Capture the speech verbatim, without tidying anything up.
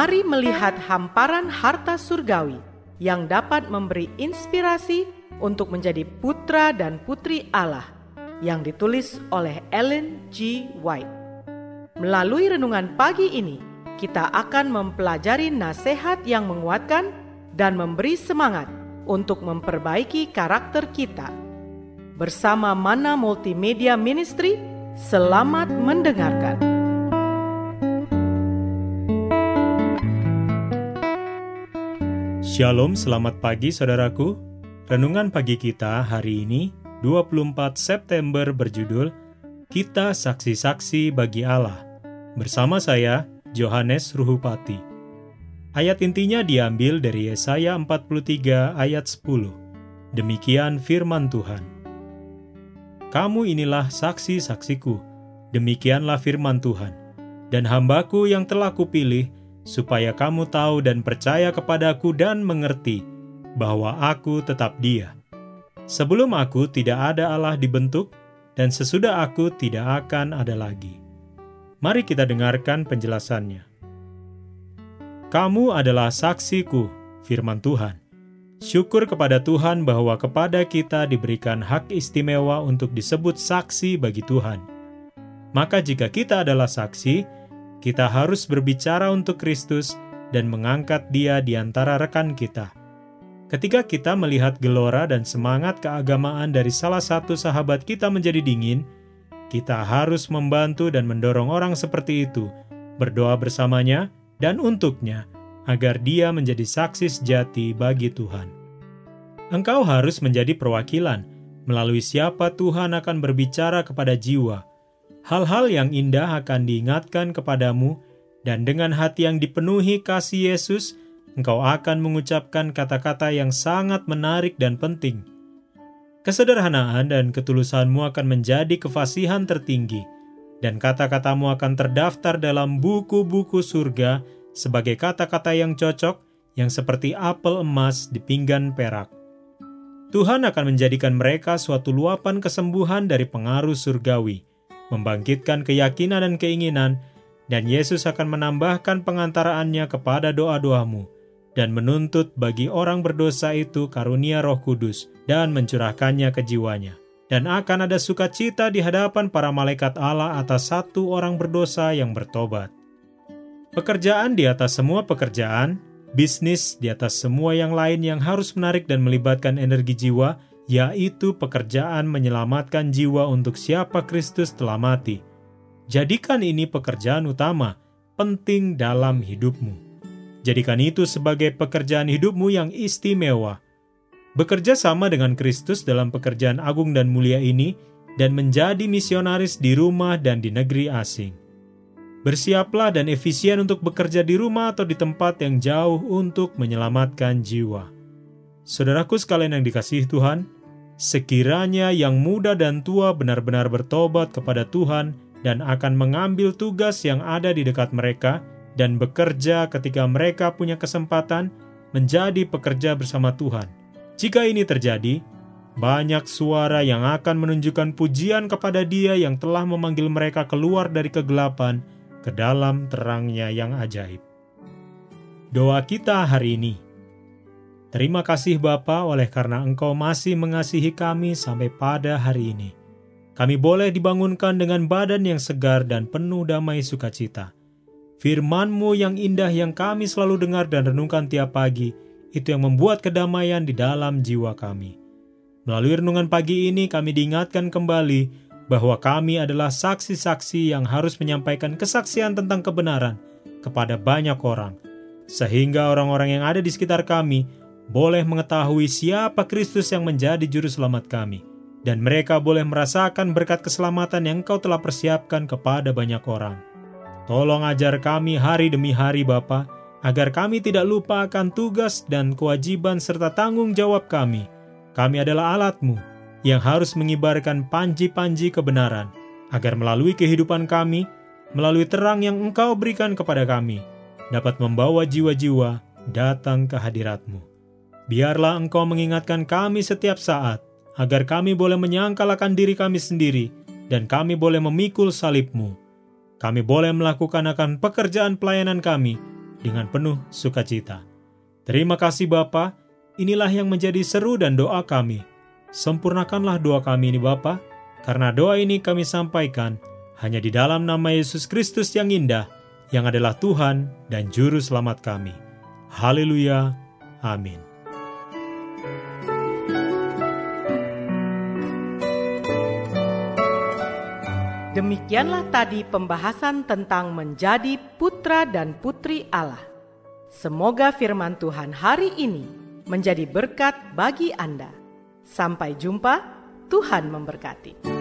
Mari melihat hamparan harta surgawi yang dapat memberi inspirasi untuk menjadi putra dan putri Allah, yang ditulis oleh Ellen G. White. Melalui renungan pagi ini, kita akan mempelajari nasihat yang menguatkan dan memberi semangat untuk memperbaiki karakter kita. Bersama Mana Multimedia Ministry, selamat mendengarkan. Shalom, selamat pagi saudaraku. Renungan pagi kita hari ini, dua puluh empat September, berjudul Kita Saksi-Saksi Bagi Allah. Bersama saya, Johannes Ruhupati. Ayat intinya diambil dari Yesaya empat puluh tiga ayat sepuluh. Demikian firman Tuhan. Kamu inilah saksi-saksiku, demikianlah firman Tuhan, dan hambaku yang telah kupilih, supaya kamu tahu dan percaya kepadaku dan mengerti bahwa aku tetap Dia. Sebelum aku tidak ada Allah dibentuk, dan sesudah aku tidak akan ada lagi. Mari kita dengarkan penjelasannya. Kamu adalah saksiku, firman Tuhan. Syukur kepada Tuhan bahwa kepada kita diberikan hak istimewa untuk disebut saksi bagi Tuhan. Maka jika kita adalah saksi, kita harus berbicara untuk Kristus dan mengangkat Dia di antara rekan kita. Ketika kita melihat gelora dan semangat keagamaan dari salah satu sahabat kita menjadi dingin, kita harus membantu dan mendorong orang seperti itu, berdoa bersamanya dan untuknya, agar dia menjadi saksi sejati bagi Tuhan. Engkau harus menjadi perwakilan, melalui siapa Tuhan akan berbicara kepada jiwa. Hal-hal yang indah akan diingatkan kepadamu, dan dengan hati yang dipenuhi kasih Yesus, engkau akan mengucapkan kata-kata yang sangat menarik dan penting. Kesederhanaan dan ketulusanmu akan menjadi kefasihan tertinggi, dan kata-katamu akan terdaftar dalam buku-buku surga sebagai kata-kata yang cocok, yang seperti apel emas di pinggan perak. Tuhan akan menjadikan mereka suatu luapan kesembuhan dari pengaruh surgawi, membangkitkan keyakinan dan keinginan, dan Yesus akan menambahkan pengantaraannya kepada doa-doamu, dan menuntut bagi orang berdosa itu karunia Roh Kudus, dan mencurahkannya ke jiwanya. Dan akan ada sukacita di hadapan para malaikat Allah atas satu orang berdosa yang bertobat. Pekerjaan di atas semua pekerjaan, bisnis di atas semua yang lain yang harus menarik dan melibatkan energi jiwa, yaitu pekerjaan menyelamatkan jiwa untuk siapa Kristus telah mati. Jadikan ini pekerjaan utama, penting dalam hidupmu. Jadikan itu sebagai pekerjaan hidupmu yang istimewa. Bekerja sama dengan Kristus dalam pekerjaan agung dan mulia ini, dan menjadi misionaris di rumah dan di negeri asing. Bersiaplah dan efisien untuk bekerja di rumah atau di tempat yang jauh untuk menyelamatkan jiwa. Saudaraku sekalian yang dikasihi Tuhan, sekiranya yang muda dan tua benar-benar bertobat kepada Tuhan dan akan mengambil tugas yang ada di dekat mereka dan bekerja ketika mereka punya kesempatan menjadi pekerja bersama Tuhan. Jika ini terjadi, banyak suara yang akan menunjukkan pujian kepada Dia yang telah memanggil mereka keluar dari kegelapan ke dalam terangnya yang ajaib. Doa kita hari ini. Terima kasih Bapa, oleh karena Engkau masih mengasihi kami sampai pada hari ini. Kami boleh dibangunkan dengan badan yang segar dan penuh damai sukacita. Firman-Mu yang indah yang kami selalu dengar dan renungkan tiap pagi, itu yang membuat kedamaian di dalam jiwa kami. Melalui renungan pagi ini kami diingatkan kembali bahwa kami adalah saksi-saksi yang harus menyampaikan kesaksian tentang kebenaran kepada banyak orang, sehingga orang-orang yang ada di sekitar kami boleh mengetahui siapa Kristus yang menjadi juru selamat kami, dan mereka boleh merasakan berkat keselamatan yang Engkau telah persiapkan kepada banyak orang. Tolong ajar kami hari demi hari Bapa, agar kami tidak lupa akan tugas dan kewajiban serta tanggung jawab kami. Kami adalah alat-Mu yang harus mengibarkan panji-panji kebenaran, agar melalui kehidupan kami, melalui terang yang Engkau berikan kepada kami, dapat membawa jiwa-jiwa datang ke hadirat-Mu. Biarlah Engkau mengingatkan kami setiap saat, agar kami boleh menyangkal akan diri kami sendiri, dan kami boleh memikul salib-Mu. Kami boleh melakukan akan pekerjaan pelayanan kami, dengan penuh sukacita. Terima kasih Bapa, inilah yang menjadi seru dan doa kami. Sempurnakanlah doa kami ini Bapa, karena doa ini kami sampaikan hanya di dalam nama Yesus Kristus yang indah, yang adalah Tuhan dan Juru Selamat kami. Haleluya. Amin. Demikianlah tadi pembahasan tentang menjadi putra dan putri Allah. Semoga firman Tuhan hari ini menjadi berkat bagi Anda. Sampai jumpa, Tuhan memberkati.